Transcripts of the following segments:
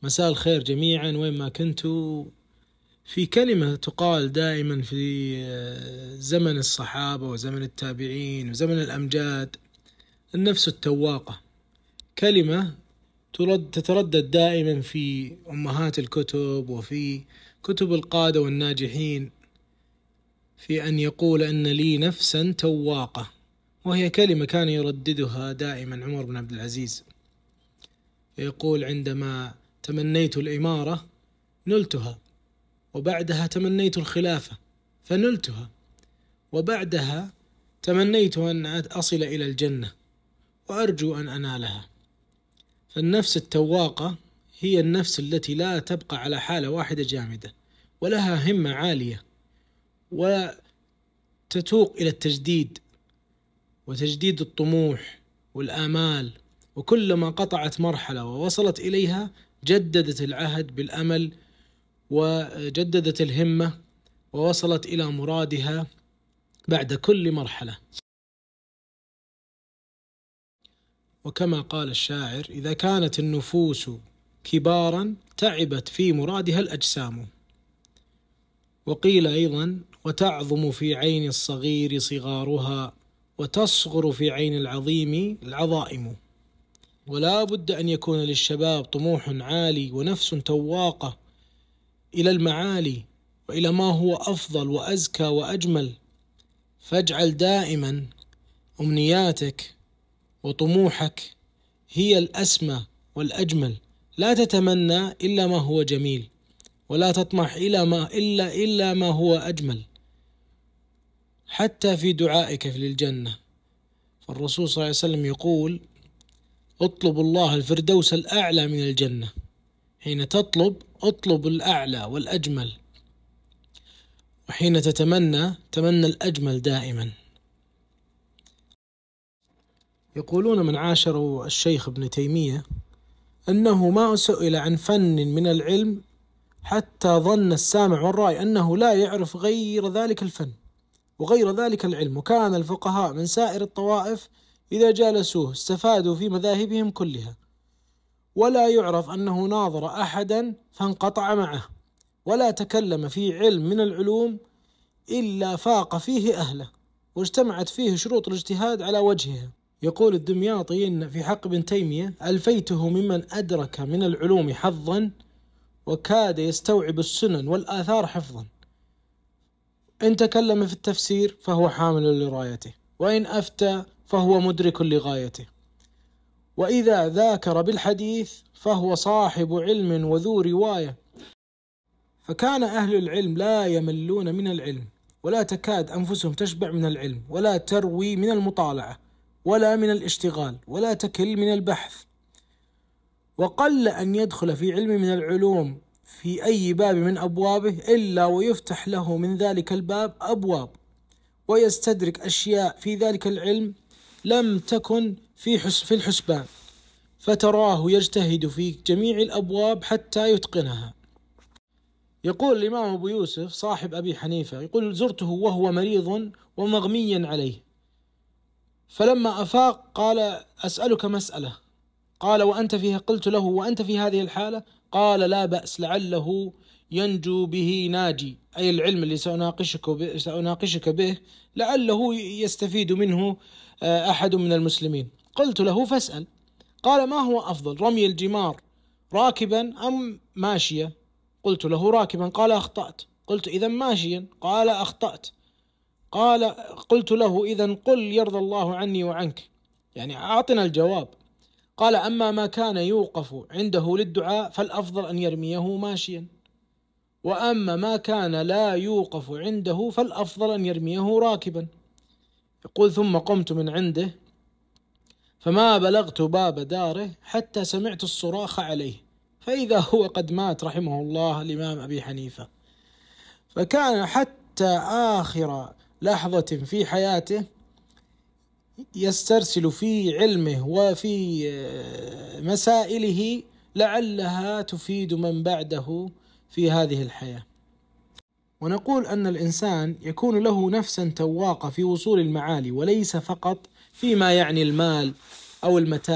مساء الخير جميعا وين ما كنتوا. في كلمة تقال دائما في زمن الصحابة وزمن التابعين وزمن الأمجاد: النفس التواقة. كلمة تتردد دائما في أمهات الكتب وفي كتب القادة والناجحين، في أن يقول أن لي نفسا تواقة، وهي كلمة كان يرددها دائما عمر بن عبد العزيز، يقول: عندما تمنيت الإمارة نلتها، وبعدها تمنيت الخلافة فنلتها، وبعدها تمنيت أن أصل إلى الجنة وأرجو أن أنالها. فالنفس التواقة هي النفس التي لا تبقى على حالة واحدة جامدة، ولها همة عالية، وتتوق إلى التجديد وتجديد الطموح والآمال، وكلما قطعت مرحلة ووصلت إليها جددت العهد بالأمل وجددت الهمة ووصلت إلى مرادها بعد كل مرحلة. وكما قال الشاعر: إذا كانت النفوس كبارا تعبت في مرادها الأجسام. وقيل أيضا: وتعظم في عين الصغير صغارها، وتصغر في عين العظيم العظائم. ولا بد أن يكون للشباب طموح عالي ونفس تواقة إلى المعالي وإلى ما هو أفضل وأزكى وأجمل. فاجعل دائما أمنياتك وطموحك هي الأسمى والأجمل، لا تتمنى إلا ما هو جميل، ولا تطمح إلا ما هو أجمل، حتى في دعائك للجنة. فالرسول صلى الله عليه وسلم يقول: اطلب الله الفردوس الأعلى من الجنة. حين تطلب اطلب الأعلى والأجمل، وحين تتمنى تمنى الأجمل دائما. يقولون من عاشروا الشيخ ابن تيمية أنه ما سئل عن فن من العلم حتى ظن السامع والرائي أنه لا يعرف غير ذلك الفن وغير ذلك العلم. وكان الفقهاء من سائر الطوائف إذا جالسوه استفادوا في مذاهبهم كلها، ولا يعرف أنه ناظر أحدا فانقطع معه، ولا تكلم في علم من العلوم إلا فاق فيه أهله واجتمعت فيه شروط الاجتهاد على وجهها. يقول الدمياطي إن في حق ابن تيمية: ألفيته ممن أدرك من العلوم حظا، وكاد يستوعب السنن والآثار حفظا. إن تكلم في التفسير فهو حامل لرايته، وإن أفتى فهو مدرك لغايته، وإذا ذاكر بالحديث فهو صاحب علم وذو رواية. فكان أهل العلم لا يملون من العلم، ولا تكاد أنفسهم تشبع من العلم، ولا تروي من المطالعة، ولا من الاشتغال، ولا تكل من البحث. وقل أن يدخل في علم من العلوم في أي باب من أبوابه إلا ويفتح له من ذلك الباب أبواب، ويستدرك أشياء في ذلك العلم لم تكن في الحسبان، فتراه يجتهد في جميع الأبواب حتى يتقنها. يقول الإمام أبو يوسف صاحب أبي حنيفة، يقول: زرته وهو مريض ومغميا عليه، فلما أفاق قال: أسألك مسألة. قال: وأنت فيها؟ قلت له: وأنت في هذه الحالة؟ قال: لا بأس، لعله ينجو به ناجي، أي العلم اللي سأناقشك به لعله يستفيد منه أحد من المسلمين. قلت له: فاسأل. قال: ما هو أفضل، رمي الجمار راكبا أم ماشيا؟ قلت له: راكبا. قال: أخطأت. قلت: إذا ماشيا. قال: أخطأت. قلت له: إذا قل يرضى الله عني وعنك، يعني أعطنا الجواب. قال: أما ما كان يوقف عنده للدعاء فالأفضل أن يرميه ماشيا، وأما ما كان لا يوقف عنده فالأفضل أن يرميه راكبا. يقول: ثم قمت من عنده فما بلغت باب داره حتى سمعت الصراخ عليه، فإذا هو قد مات رحمه الله الإمام أبي حنيفة. فكان حتى آخر لحظة في حياته يسترسل في علمه وفي مسائله لعلها تفيد من بعده في هذه الحياة. ونقول أن الإنسان يكون له نفسا تواقة في وصول المعالي، وليس فقط فيما يعني المال أو المتاع،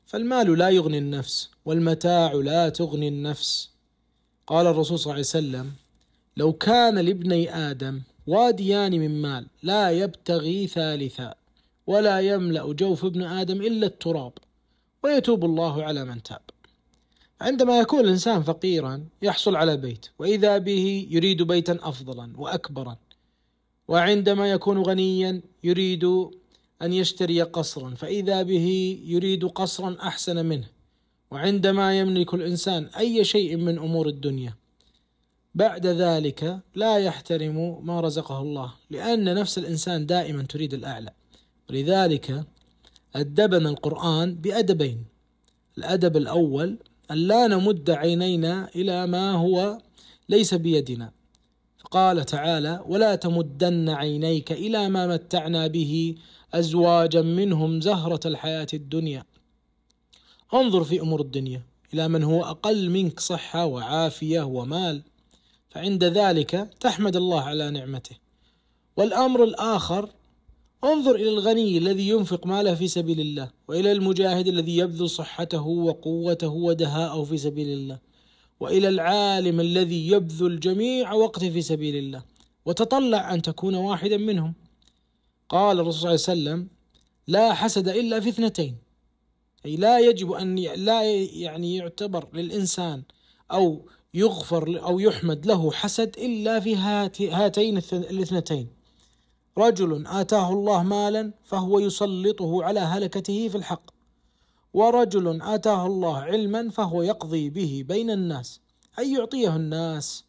فالمال لا يغني النفس، والمتاع لا تغني النفس. قال الرسول صلى الله عليه وسلم: لو كان لابني آدم واديان من مال لا يبتغي ثالثا، ولا يملأ جوف ابن آدم إلا التراب، ويتوب الله على من تاب. عندما يكون الإنسان فقيرا يحصل على بيت، وإذا به يريد بيتا أفضلا وأكبرا، وعندما يكون غنيا يريد أن يشتري قصرا، فإذا به يريد قصرا أحسن منه. وعندما يملك الإنسان أي شيء من أمور الدنيا بعد ذلك لا يحترم ما رزقه الله، لأن نفس الإنسان دائما تريد الأعلى. ولذلك أدبنا القرآن بأدبين: الأدب الأول أن لا نمد عينينا إلى ما هو ليس بيدنا، قال تعالى: ولا تمدن عينيك إلى ما متعنا به أزواجا منهم زهرة الحياة الدنيا. انظر في أمور الدنيا إلى من هو أقل منك صحة وعافية ومال، فعند ذلك تحمد الله على نعمته. والأمر الآخر: انظر إلى الغني الذي ينفق ماله في سبيل الله، وإلى المجاهد الذي يبذل صحته وقوته ودهاءه في سبيل الله، وإلى العالم الذي يبذل جميع وقته في سبيل الله، وتطلع أن تكون واحدا منهم. قال الرسول صلى الله عليه وسلم: لا حسد إلا في اثنتين، أي لا يجب أن يعتبر للإنسان أو يغفر أو يحمد له حسد إلا في هاتين الاثنتين: رجل آتاه الله مالا فهو يسلطه على هلكته في الحق، ورجل آتاه الله علما فهو يقضي به بين الناس، أي يعطيه الناس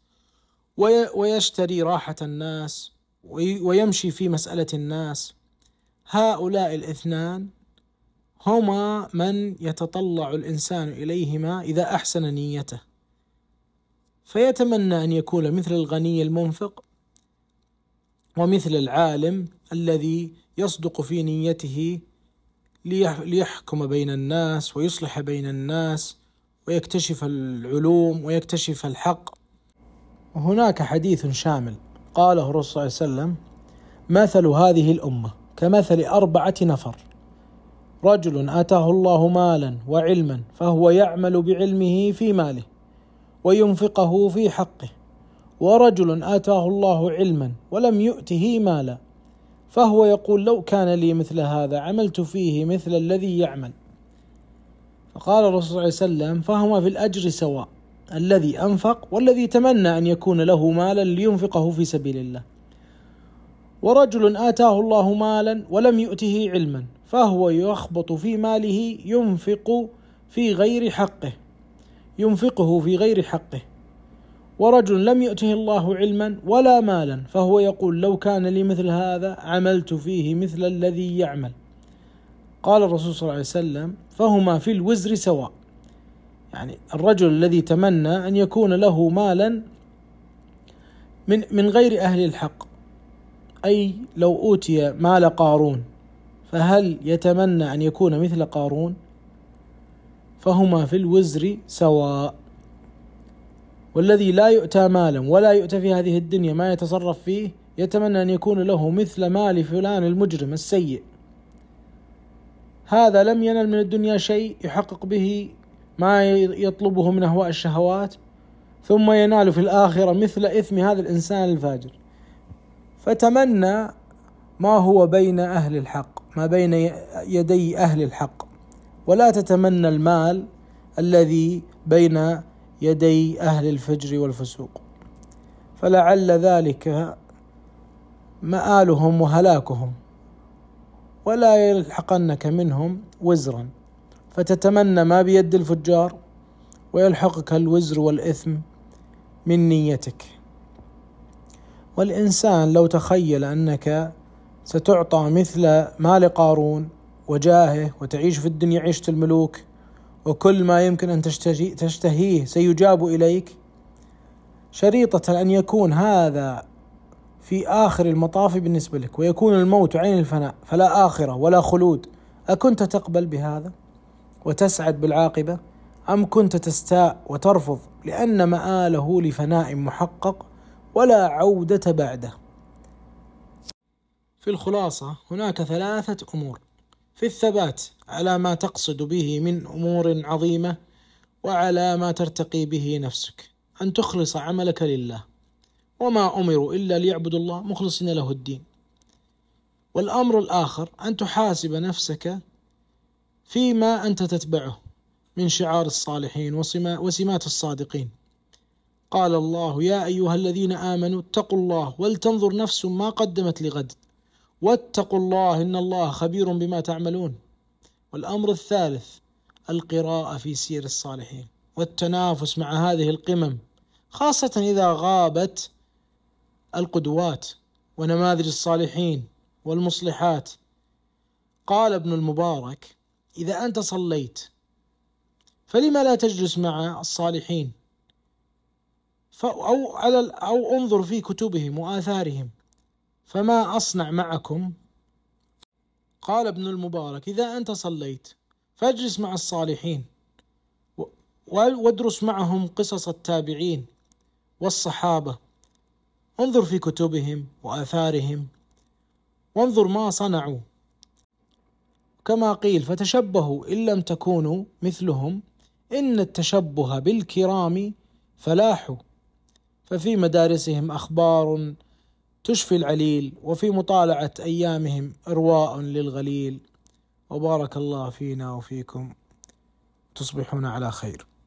ويشتري راحة الناس ويمشي في مسألة الناس. هؤلاء الاثنان هما من يتطلع الإنسان إليهما إذا أحسن نيته، فيتمنى أن يكون مثل الغني المنفق، ومثل العالم الذي يصدق في نيته ليحكم بين الناس ويصلح بين الناس ويكتشف العلوم ويكتشف الحق. وهناك حديث شامل قاله الرسول صلى الله عليه وسلم: مثل هذه الأمة كمثل 4 نفر: رجل آتاه الله مالا وعلما فهو يعمل بعلمه في ماله وينفقه في حقه، ورجل آتاه الله علما ولم يؤته مالا فهو يقول: لو كان لي مثل هذا عملت فيه مثل الذي يعمل. فقال الرسول صلى الله عليه وسلم: فهما في الأجر سواء، الذي أنفق والذي تمنى أن يكون له مالا لينفقه في سبيل الله. ورجل آتاه الله مالا ولم يؤته علما فهو يخبط في ماله ينفقه في غير حقه. ورجل لم يؤته الله علما ولا مالا فهو يقول: لو كان لي مثل هذا عملت فيه مثل الذي يعمل. قال الرسول صلى الله عليه وسلم: فهما في الوزر سواء، يعني الرجل الذي تمنى أن يكون له مالا من غير أهل الحق، أي لو أوتي مال قارون فهل يتمنى أن يكون مثل قارون؟ فهما في الوزر سواء. والذي لا يؤتى مالا ولا يؤتى في هذه الدنيا ما يتصرف فيه يتمنى أن يكون له مثل مال فلان المجرم السيء، هذا لم ينل من الدنيا شيء يحقق به ما يطلبه من أهواء الشهوات، ثم ينال في الآخرة مثل إثم هذا الإنسان الفاجر. فتمنى ما هو بين أهل الحق، ما بين يدي أهل الحق، ولا تتمنى المال الذي بين يدي أهل الفجر والفسوق، فلعل ذلك مآلهم وهلاكهم، ولا يلحقنك منهم وزرا، فتتمنى ما بيد الفجار ويلحقك الوزر والإثم من نيتك. والإنسان لو تخيل أنك ستعطى مثل مال قارون وجاهه وتعيش في الدنيا عيشة الملوك وكل ما يمكن أن تشتهيه سيجاب إليك، شريطة أن يكون هذا في آخر المطاف بالنسبة لك ويكون الموت عين الفناء فلا آخرة ولا خلود، أكنت تقبل بهذا وتسعد بالعاقبة، أم كنت تستاء وترفض لأن مآله لفناء محقق ولا عودة بعده؟ في الخلاصة هناك 3 أمور في الثبات على ما تقصد به من أمور عظيمة، وعلى ما ترتقي به نفسك، أن تخلص عملك لله، وما أمروا إلا ليعبدوا الله مخلصين له الدين. والأمر الآخر أن تحاسب نفسك فيما أنت تتبعه من شعار الصالحين وسمات الصادقين. قال الله: يا أيها الذين آمنوا اتقوا الله ولتنظر نفس ما قدمت لغد واتقوا الله إن الله خبير بما تعملون. والأمر الثالث القراءة في سير الصالحين والتنافس مع هذه القمم، خاصة إذا غابت القدوات ونماذج الصالحين والمصلحات. قال ابن المبارك: إذا أنت صليت فلما لا تجلس مع الصالحين أو انظر في كتبهم وآثارهم فما أصنع معكم. قال ابن المبارك: إذا أنت صليت فاجلس مع الصالحين وادرس معهم قصص التابعين والصحابة، انظر في كتبهم وآثارهم وانظر ما صنعوا. كما قيل: فتشبهوا إن لم تكونوا مثلهم إن التشبه بالكرام فلاح. ففي مدارسهم أخبار تشفي العليل، وفي مطالعة أيامهم إرواء للغليل. وبارك الله فينا وفيكم، تصبحون على خير.